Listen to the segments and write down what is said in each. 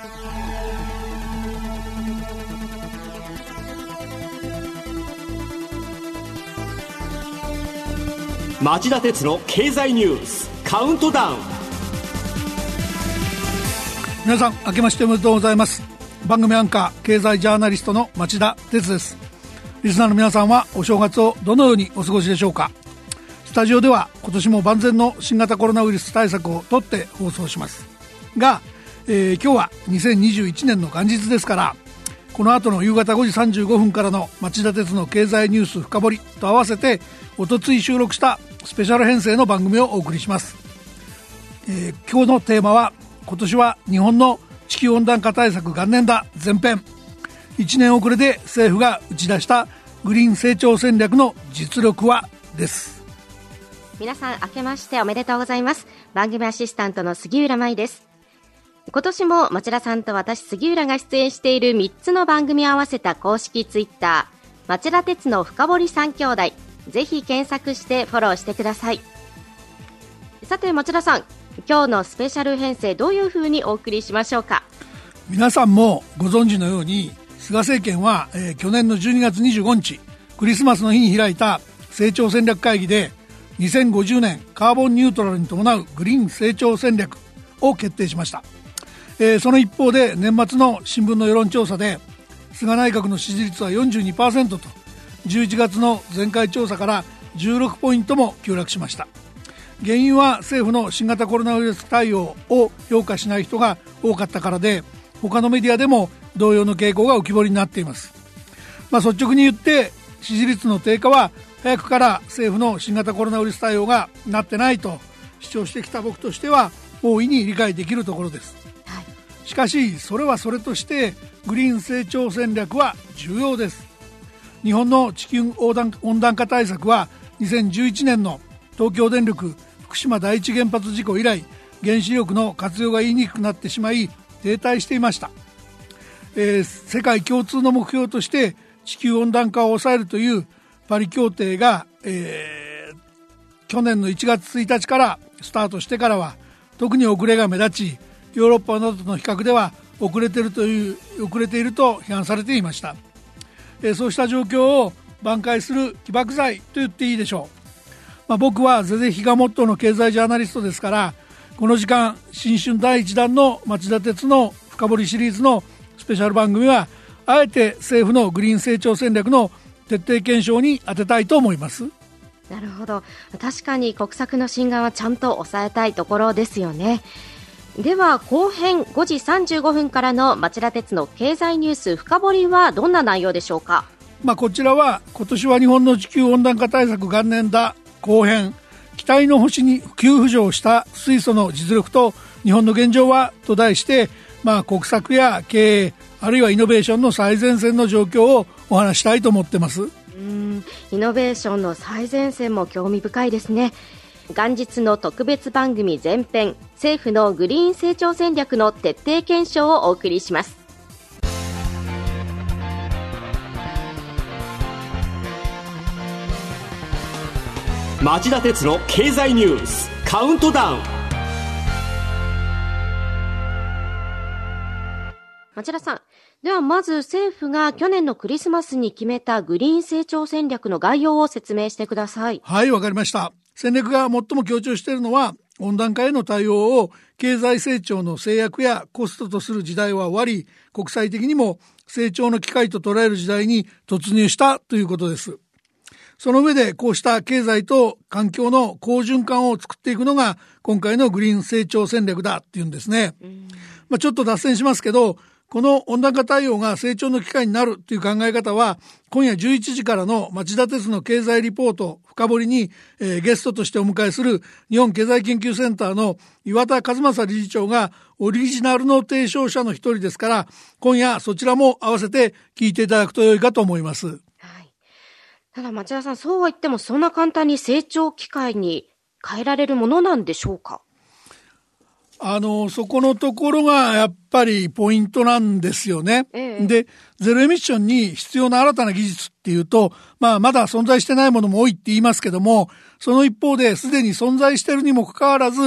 町田鉄の経済ニュースカウントダウン。 皆さん明けましておめでとうございます。番組アンカー経済ジャーナリストの町田鉄です。リスナーの皆さんはお正月をどのようにお過ごしでしょうか。スタジオでは今年も万全の新型コロナウイルス対策をとって放送しますが、今日は2021年の元日ですから、この後の夕方5時35分からの町田鉄の経済ニュース深掘りと合わせておとつい収録したスペシャル編成の番組をお送りします。今日のテーマは、今年は日本の地球温暖化対策元年だ前編。1年遅れで政府が打ち出したグリーン成長戦略の実力はです。 皆さん明けましておめでとうございます。番組アシスタントの杉浦舞です。今年も町田さんと私杉浦が出演している3つの番組を合わせた公式ツイッター、町田鉄の深掘り3兄弟、ぜひ検索してフォローしてください。さて町田さん、今日のスペシャル編成どういうふうにお送りしましょうか。 皆さんもご存知のように、菅政権は、去年の12月25日クリスマスの日に開いた成長戦略会議で、2050年カーボンニュートラルに伴うグリーン成長戦略を決定しました。その一方で年末の新聞の世論調査で、菅内閣の支持率は 42% と11月の前回調査から16ポイントも急落しました。原因は政府の新型コロナウイルス対応を評価しない人が多かったからで、他のメディアでも同様の傾向が浮き彫りになっています。率直に言って支持率の低下は早くから政府の新型コロナウイルス対応がなってないと主張してきた僕としては大いに理解できるところです。しかしそれはそれとして、グリーン成長戦略は重要です。日本の地球温暖化対策は2011年の東京電力福島第一原発事故以来、原子力の活用が言いにくくなってしまい停滞していました。世界共通の目標として地球温暖化を抑えるというパリ協定が、去年の1月1日からスタートしてからは特に遅れが目立ち、ヨーロッパなどの比較では遅れていると批判されていました。そうした状況を挽回する起爆剤と言っていいでしょう。僕は是々非がモットーの経済ジャーナリストですから、この時間新春第1弾の町田鉄の深掘りシリーズのスペシャル番組は、あえて政府のグリーン成長戦略の徹底検証に当てたいと思います。 なるほど、確かに国策の進展はちゃんと抑えたいところですよね。では後編5時35分からの町田鉄の経済ニュース深掘りはどんな内容でしょうか。 こちらは、今年は日本の地球温暖化対策元年だ後編、期待の星に急浮上した水素の実力と日本の現状はと題して、国策や経営、あるいはイノベーションの最前線の状況をお話したいと思ってます。 イノベーションの最前線も興味深いですね。元日の特別番組前編、政府のグリーン成長戦略の徹底検証をお送りします。 町田鉄の経済ニュースカウントダウン。 町田さん、ではまず政府が去年のクリスマスに決めたグリーン成長戦略の概要を説明してください。 はい、わかりました。戦略が最も強調しているのは、温暖化への対応を経済成長の制約やコストとする時代は終わり、国際的にも成長の機会と捉える時代に突入したということです。その上で、こうした経済と環境の好循環を作っていくのが今回のグリーン成長戦略だっていうんですね。ちょっと脱線しますけど、この温暖化対応が成長の機会になるという考え方は、今夜11時からの町田鉄の経済リポート深掘りに、ゲストとしてお迎えする日本経済研究センターの岩田和正理事長がオリジナルの提唱者の一人ですから、今夜そちらも合わせて聞いていただくと良いかと思います。 ただ町田さん、そうは言ってもそんな簡単に成長機会に変えられるものなんでしょうか。 そこのところがやっぱりポイントなんですよね。で、ゼロエミッションに必要な新たな技術っていうと、まだ存在してないものも多いって言いますけども、その一方ですでに存在しているにもかかわらず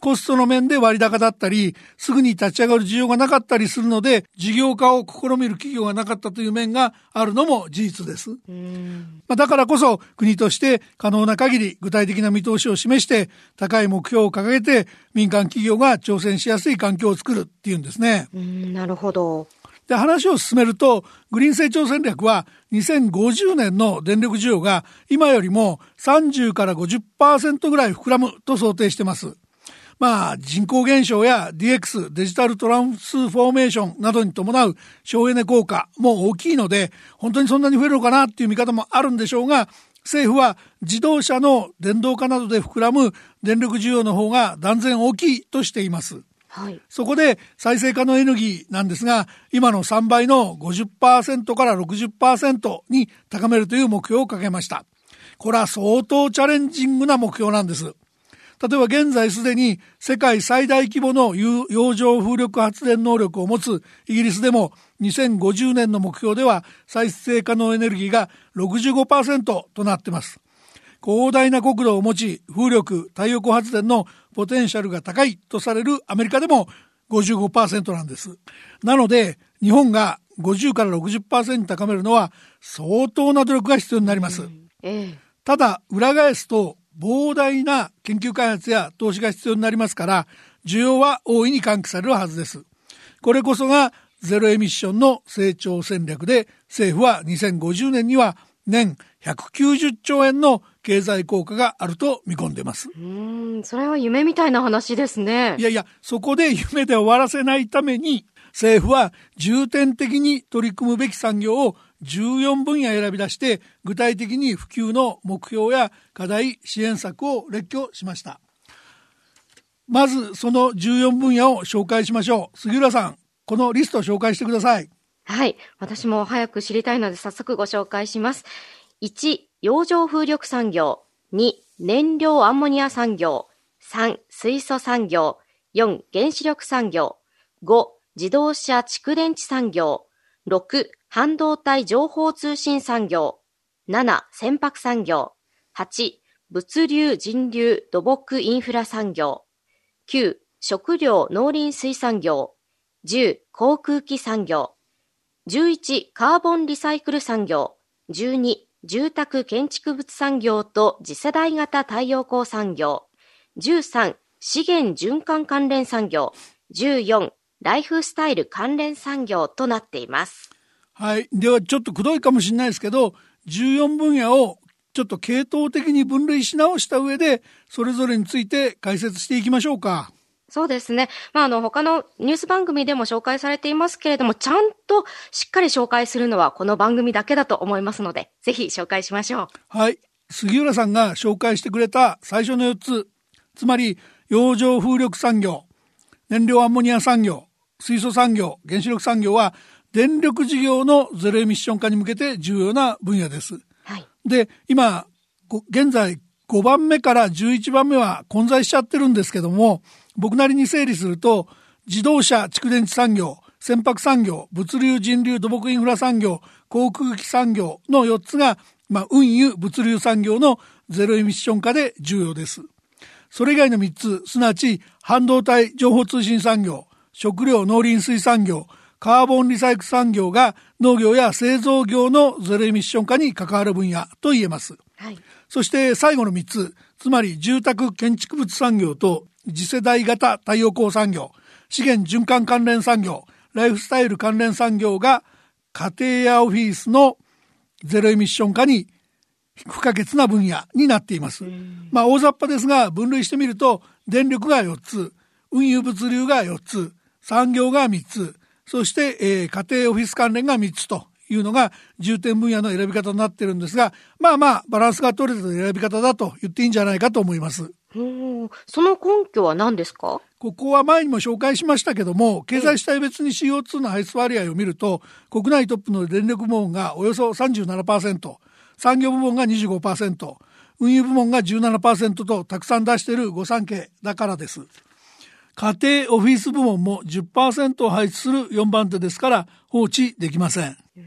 コストの面で割高だったり、すぐに立ち上がる需要がなかったりするので、事業化を試みる企業がなかったという面があるのも事実です。だからこそ国として可能な限り具体的な見通しを示して高い目標を掲げて民間企業が挑戦しやすい環境を作るっていうんですね。 なるほど。 で、話を進めると、グリーン成長戦略は2050年の電力需要が今よりも30から 50% ぐらい膨らむと想定しています。人口減少や DX デジタルトランスフォーメーションなどに伴う省エネ効果も大きいので、本当にそんなに増えるのかなっていう見方もあるんでしょうが、政府は自動車の電動化などで膨らむ電力需要の方が断然大きいとしています。そこで再生可能エネルギーなんですが、今の3倍の 50% から 60% に高めるという目標を掲げました。これは相当チャレンジングな目標なんです。例えば現在すでに世界最大規模の洋上風力発電能力を持つイギリスでも2050年の目標では再生可能エネルギーが 65% となっています。広大な国土を持ち、風力、太陽光発電のポテンシャルが高いとされるアメリカでも 55% なんです。なので日本が50から 60% に高めるのは相当な努力が必要になります。ただ裏返すと膨大な研究開発や投資が必要になりますから、需要は大いに喚起されるはずです。これこそがゼロエミッションの成長戦略で、政府は2050年には年190兆円の経済効果があると見込んでいます。 それは夢みたいな話ですね。 いや、そこで夢で終わらせないために、政府は重点的に取り組むべき産業を14分野選び出して、具体的に普及の目標や課題、支援策を列挙しました。まずその14分野を紹介しましょう。杉浦さん、このリストを紹介してください。 はい、私も早く知りたいので早速ご紹介します。1、洋上風力産業。2、燃料アンモニア産業。3、水素産業。4、原子力産業。5、自動車蓄電池産業。6、半導体情報通信産業。7、船舶産業。8、物流人流土木インフラ産業。9、食料農林水産業。10、航空機産業。11、カーボンリサイクル産業。12、住宅建築物産業と次世代型太陽光産業。13、資源循環関連産業。14、ライフスタイル関連産業となっています。 はい。ではちょっとくどいかもしれないですけど、14分野をちょっと系統的に分類し直した上で、それぞれについて解説していきましょうか。 そうですね。他のニュース番組でも紹介されていますけれども、ちゃんとしっかり紹介するのはこの番組だけだと思いますので、ぜひ紹介しましょう。 はい。杉浦さんが紹介してくれた最初の4つ、つまり洋上風力産業、燃料アンモニア産業、水素産業、原子力産業は電力事業のゼロエミッション化に向けて重要な分野です。 はい。 で、今現在5番目から11番目は混在しちゃってるんですけども、僕なりに整理すると、自動車蓄電池産業、船舶産業、物流人流土木インフラ産業、航空機産業の4つが、運輸物流産業のゼロエミッション化で重要です。それ以外の3つ、すなわち半導体情報通信産業、食料農林水産業、カーボンリサイクル産業が農業や製造業のゼロエミッション化に関わる分野と言えます。 はい。 そして最後の3つ、つまり住宅建築物産業と次世代型太陽光産業、資源循環関連産業、ライフスタイル関連産業が家庭やオフィスのゼロエミッション化に不可欠な分野になっています。大雑把ですが分類してみると、電力が4つ、運輸物流が4つ、産業が3つ、そして、家庭オフィス関連が3つというのが重点分野の選び方になっているんですが、バランスが取れた選び方だと言っていいんじゃないかと思います。 その根拠は何ですか？ ここは前にも紹介しましたけども、経済主体別に CO2 の排出割合を見ると、国内トップの電力部門がおよそ 37%、産業部門が 25%、運輸部門が 17% とたくさん出している御三家だからです。家庭オフィス部門も 10% を排出する4番手ですから放置できません。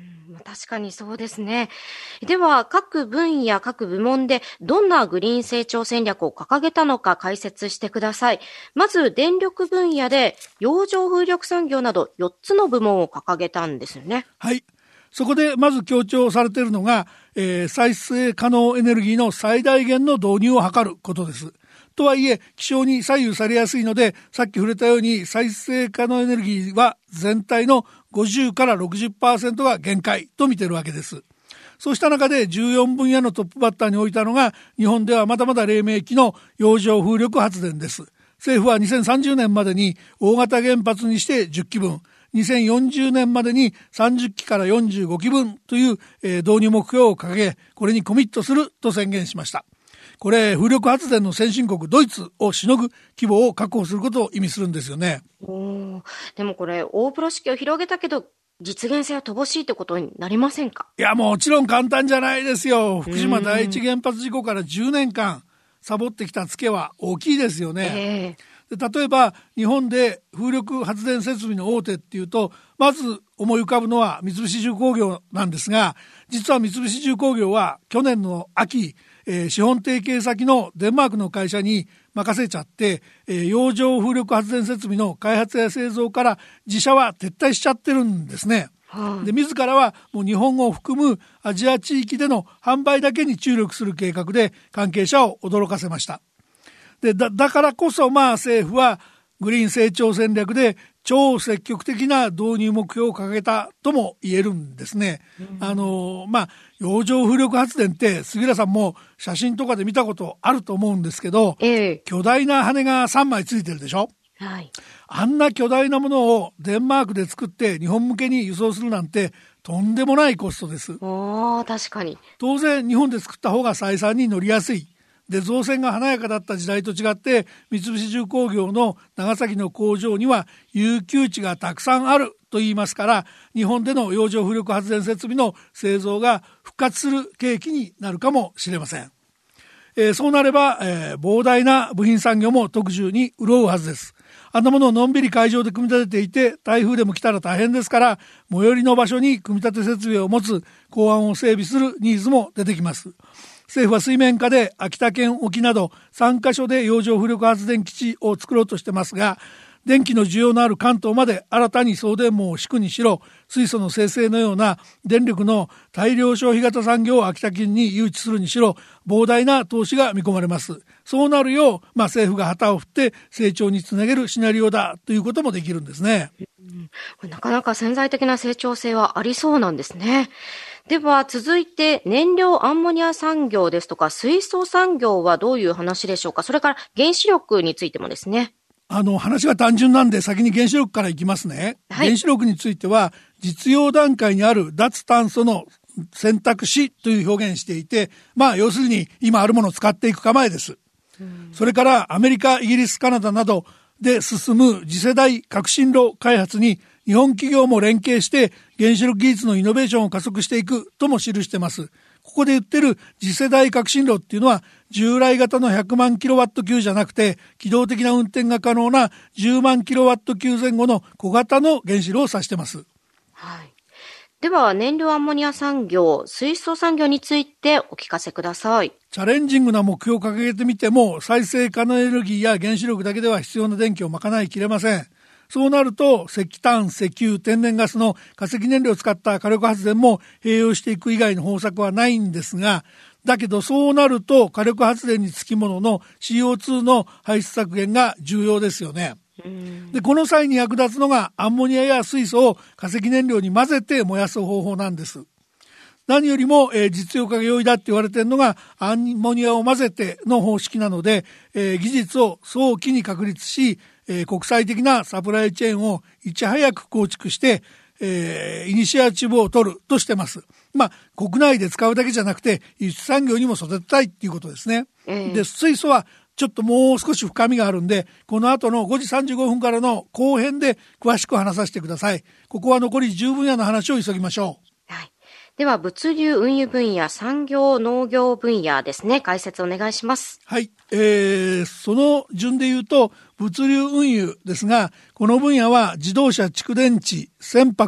確かにそうですね。では、各分野、各部門でどんなグリーン成長戦略を掲げたのか解説してください。まず、電力分野で洋上風力産業など4つの部門を掲げたんですよね。 はい。そこでまず強調されているのが、再生可能エネルギーの最大限の導入を図ることです。とはいえ、気象に左右されやすいので、さっき触れたように再生可能エネルギーは全体の50から 60% が限界と見ているわけです。そうした中で14分野のトップバッターに置いたのが、日本ではまだまだ黎明期の洋上風力発電です。政府は2030年までに大型原発にして10基分、2040年までに30基から45基分という導入目標を掲げ、これにコミットすると宣言しました。これ、風力発電の先進国ドイツをしのぐ規模を確保することを意味するんですよね。 でもこれ、大風呂敷を広げたけど実現性は乏しいってことになりませんか？ いや、もちろん簡単じゃないですよ。福島第一原発事故から10年間サボってきたツケは大きいですよね。で、例えば日本で風力発電設備の大手っていうと、まず思い浮かぶのは三菱重工業なんですが、実は三菱重工業は去年の秋、資本提携先のデンマークの会社に任せちゃって、洋上風力発電設備の開発や製造から自社は撤退しちゃってるんですね。で、自らはもう日本を含むアジア地域での販売だけに注力する計画で関係者を驚かせました。で、だからこそ政府はグリーン成長戦略で超積極的な導入目標を掲げたとも言えるんですね。洋上風力発電って杉浦さんも写真とかで見たことあると思うんですけど、巨大な羽が3枚ついてるでしょ。 はい。 あんな巨大なものをデンマークで作って日本向けに輸送するなんてとんでもないコストです。 確かに。 当然日本で作った方が採算に乗りやすい。で、造船が華やかだった時代と違って三菱重工業の長崎の工場には有給地がたくさんあると言いますから、日本での洋上風力発電設備の製造が復活する契機になるかもしれません。そうなれば、膨大な部品産業も特需に潤うはずです。あんなものをのんびり海上で組み立てていて、台風でも来たら大変ですから、最寄りの場所に組み立て設備を持つ港湾を整備するニーズも出てきます。政府は水面下で秋田県沖など3カ所で洋上風力発電基地を作ろうとしてますが、電気の需要のある関東まで新たに送電網を敷くにしろ、水素の生成のような電力の大量消費型産業を秋田県に誘致するにしろ、膨大な投資が見込まれます。そうなるよう、政府が旗を振って成長につなげるシナリオだということもできるんですね。 なかなか潜在的な成長性はありそうなんですね。では続いて燃料アンモニア産業ですとか水素産業はどういう話でしょうか。それから原子力についてもですね。 話が単純なんで先に原子力からいきますね。はい、原子力については実用段階にある脱炭素の選択肢という表現していて、要するに今あるものを使っていく構えです。それからアメリカ、イギリス、カナダなどで進む次世代革新炉開発に日本企業も連携して原子力技術のイノベーションを加速していくとも記しています。ここで言ってる次世代革新炉っていうのは従来型の100万キロワット級じゃなくて機動的な運転が可能な10万キロワット級前後の小型の原子炉を指してます。 はい。では燃料アンモニア産業、水素産業についてお聞かせください。 チャレンジングな目標を掲げてみても再生可能エネルギーや原子力だけでは必要な電気を賄いきれません。そうなると石炭、石油、天然ガスの化石燃料を使った火力発電も併用していく以外の方策はないんですが、だけどそうなると火力発電につきものの CO2 の排出削減が重要ですよね。で、この際に役立つのがアンモニアや水素を化石燃料に混ぜて燃やす方法なんです。何よりも、実用化が容易だって言われているのがアンモニアを混ぜての方式なので、技術を早期に確立し、国際的なサプライチェーンをいち早く構築して、イニシアチブを取るとしてます。国内で使うだけじゃなくて輸出産業にも育てたいっていうことですね。で、水素はちょっともう少し深みがあるんで、この後の5時35分からの後編で詳しく話させてください。ここは残り10分野の話を急ぎましょう。 では物流運輸分野、産業農業分野ですね、解説お願いします。 はい、その順で言うと物流運輸ですが、この分野は自動車、蓄電池、船舶、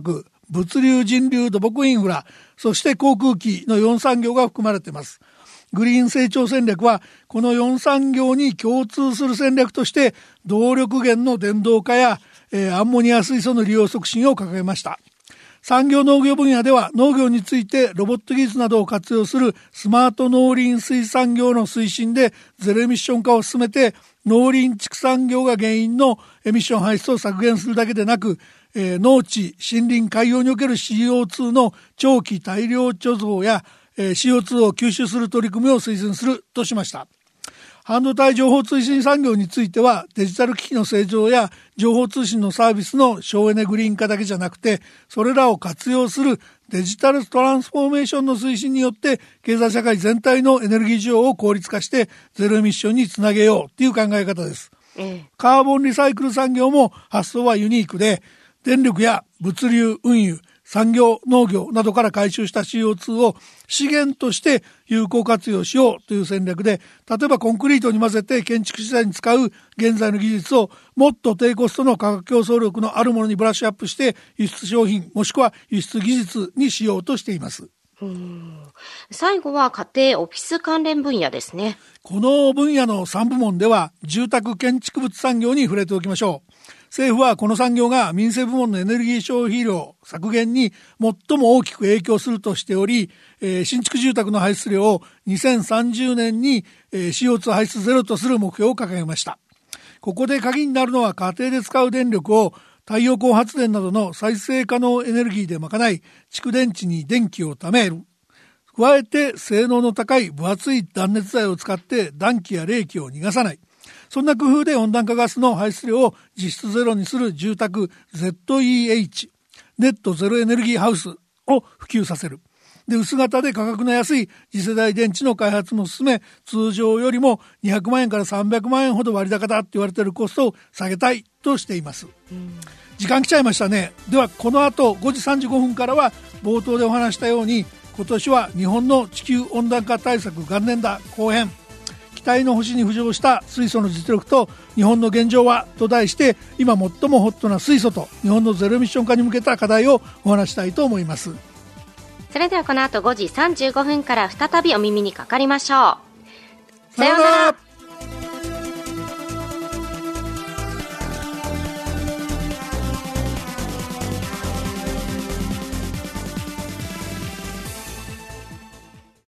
物流、人流、土木インフラ、そして航空機の4産業が含まれています。グリーン成長戦略はこの4産業に共通する戦略として動力源の電動化や、アンモニア水素の利用促進を掲げました。産業農業分野では農業についてロボット技術などを活用するスマート農林水産業の推進でゼロエミッション化を進めて、農林畜産業が原因のエミッション排出を削減するだけでなく、農地、森林、海洋における CO2 の長期大量貯蔵や、CO2 を吸収する取り組みを推進するとしました。半導体情報通信産業についてはデジタル機器の製造や情報通信のサービスの省エネグリーン化だけじゃなくて、それらを活用するデジタルトランスフォーメーションの推進によって経済社会全体のエネルギー需要を効率化してゼロエミッションにつなげようという考え方です。カーボンリサイクル産業も発想はユニークで、電力や物流、運輸、産業、農業などから回収した CO2 を資源として有効活用しようという戦略で、例えばコンクリートに混ぜて建築資材に使う現在の技術をもっと低コストの価格競争力のあるものにブラッシュアップして輸出商品もしくは輸出技術にしようとしています。 最後は家庭オフィス関連分野ですね。 この分野の3部門では住宅建築物産業に触れておきましょう。政府はこの産業が民生部門のエネルギー消費量削減に最も大きく影響するとしており、新築住宅の排出量を2030年に CO2 排出ゼロとする目標を掲げました。ここで鍵になるのは家庭で使う電力を太陽光発電などの再生可能エネルギーで賄い、蓄電池に電気を貯める。加えて性能の高い分厚い断熱材を使って暖気や冷気を逃がさない。そんな工夫で温暖化ガスの排出量を実質ゼロにする住宅 ZEH ネットゼロエネルギーハウスを普及させる。で、薄型で価格の安い次世代電池の開発も進め、通常よりも200万円から300万円ほど割高だって言われているコストを下げたいとしています。時間来ちゃいましたね。ではこの後5時35分からは冒頭でお話したように、今年は日本の地球温暖化対策元年だ後編、期待の星に浮上した水素の実力と日本の現状はと題して、今最もホットな水素と日本のゼロエミッション化に向けた課題をお話したいと思います。 それではこの後5時35分から再びお耳にかかりましょう。 さようなら。